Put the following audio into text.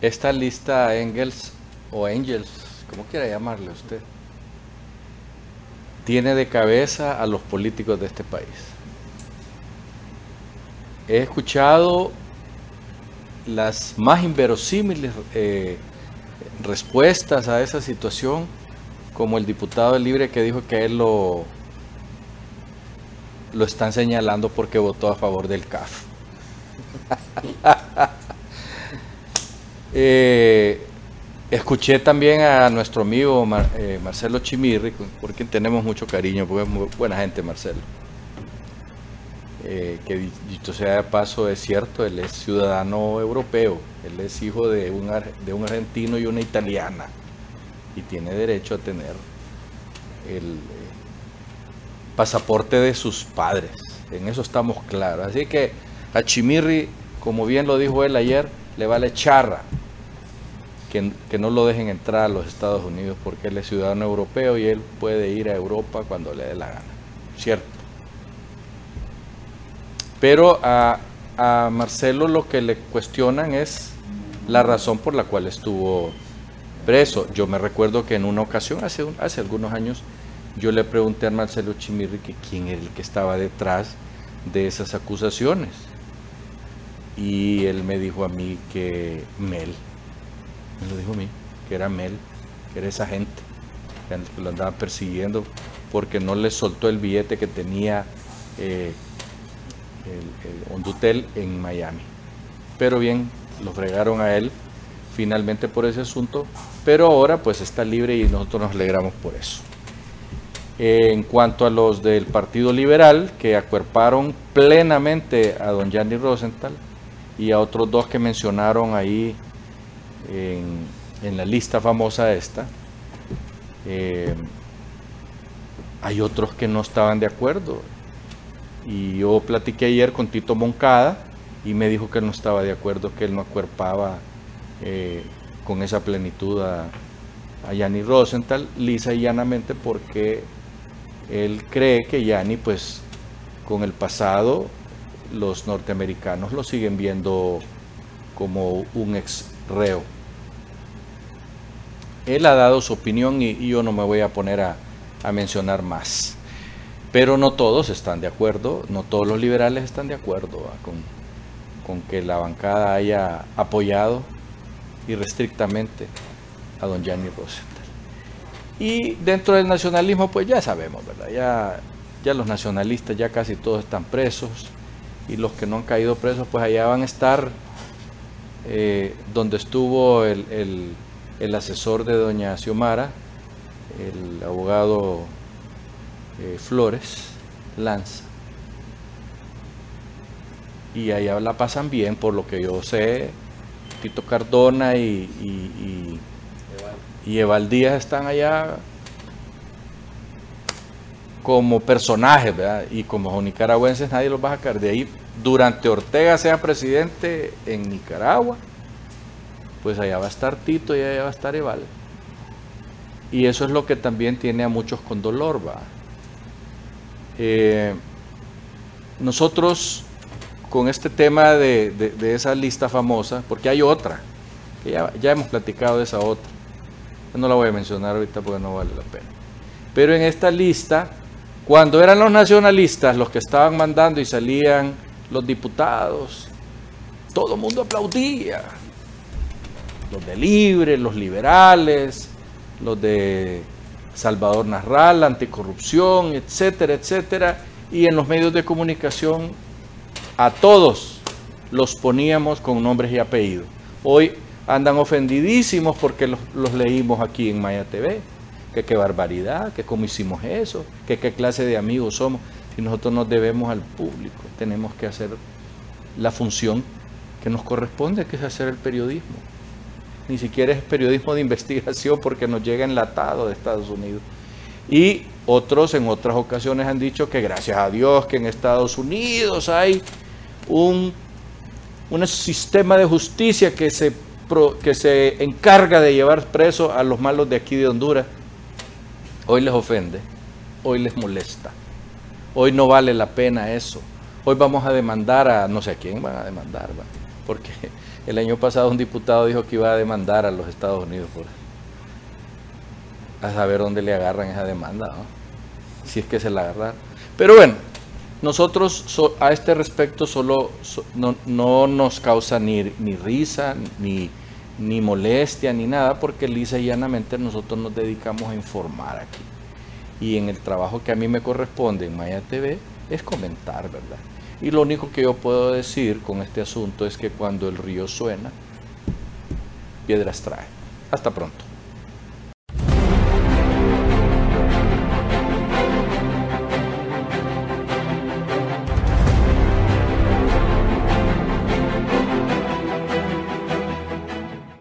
esta lista Engels o Angels, como quiera llamarle usted, tiene de cabeza a los políticos de este país. He escuchado las más inverosímiles respuestas a esa situación, como el diputado del Libre que dijo que a él lo están señalando porque votó a favor del CAF. Escuché también a nuestro amigo Marcelo Chimirri, por quien tenemos mucho cariño, porque es muy buena gente Marcelo. Que dicho sea de paso, es cierto, él es ciudadano europeo, él es hijo de un argentino y una italiana, y tiene derecho a tener el pasaporte de sus padres, en eso estamos claros. Así que a Chimirri, como bien lo dijo él ayer, le vale charra que no lo dejen entrar a los Estados Unidos porque él es ciudadano europeo y él puede ir a Europa cuando le dé la gana, ¿cierto? Pero a Marcelo lo que le cuestionan es la razón por la cual estuvo preso. Yo me recuerdo que en una ocasión, hace algunos años, yo le pregunté a Marcelo Chimirri que quién era el que estaba detrás de esas acusaciones. Y él me dijo a mí que Mel, me lo dijo a mí, que era Mel, que era esa gente que lo andaba persiguiendo porque no le soltó el billete que tenía el Hondutel en Miami. Pero bien, lo fregaron a él finalmente por ese asunto, pero ahora pues está libre y nosotros nos alegramos por eso. En cuanto a los del Partido Liberal, que acuerparon plenamente a don Gianni Rosenthal y a otros dos que mencionaron ahí en la lista famosa esta, hay otros que no estaban de acuerdo. Y yo platiqué ayer con Tito Moncada y me dijo que él no estaba de acuerdo, que él no acuerpaba con esa plenitud a Gianni Rosenthal, lisa y llanamente porque él cree que Gianni, pues con el pasado, los norteamericanos lo siguen viendo como un ex reo. Él ha dado su opinión y yo no me voy a poner a mencionar más. Pero no todos están de acuerdo, no todos los liberales están de acuerdo con que la bancada haya apoyado irrestrictamente a don Gianni Rosenthal. Y dentro del nacionalismo, pues ya sabemos, ¿verdad? Ya los nacionalistas ya casi todos están presos y los que no han caído presos, pues allá van a estar donde estuvo el asesor de doña Xiomara, el abogado Flores Lanza, y allá la pasan bien, por lo que yo sé. Tito Cardona y Eval Díaz están allá como personajes, ¿verdad? Y como nicaragüenses nadie los va a sacar de ahí. Durante Ortega sea presidente en Nicaragua, pues allá va a estar Tito y allá va a estar Eval, y eso es lo que también tiene a muchos con dolor, ¿va? Nosotros con este tema de esa lista famosa, porque hay otra, que ya hemos platicado de esa otra, yo no la voy a mencionar ahorita porque no vale la pena, pero en esta lista, cuando eran los nacionalistas los que estaban mandando y salían los diputados, todo el mundo aplaudía, los de Libre, los liberales, los de Salvador Narral, anticorrupción, etcétera, etcétera, y en los medios de comunicación a todos los poníamos con nombres y apellidos. Hoy andan ofendidísimos porque los leímos aquí en Maya TV, que qué barbaridad, que cómo hicimos eso, que qué clase de amigos somos. Si nosotros nos debemos al público, tenemos que hacer la función que nos corresponde, que es hacer el periodismo. Ni siquiera es periodismo de investigación porque nos llega enlatado de Estados Unidos. Y otros en otras ocasiones han dicho que gracias a Dios que en Estados Unidos hay un sistema de justicia que se encarga de llevar presos a los malos de aquí de Honduras. Hoy les ofende, hoy les molesta, hoy no vale la pena eso. Hoy vamos a demandar a no sé a quién van a demandar, ¿va? Porque El año pasado un diputado dijo que iba a demandar a los Estados Unidos por a saber dónde le agarran esa demanda, ¿no? Si es que se la agarraron. Pero bueno, nosotros a este respecto no nos causa ni risa, ni molestia, ni nada, porque lisa y llanamente nosotros nos dedicamos a informar aquí. Y en el trabajo que a mí me corresponde en Maya TV es comentar, ¿verdad? Y lo único que yo puedo decir con este asunto es que cuando el río suena, piedras trae. Hasta pronto.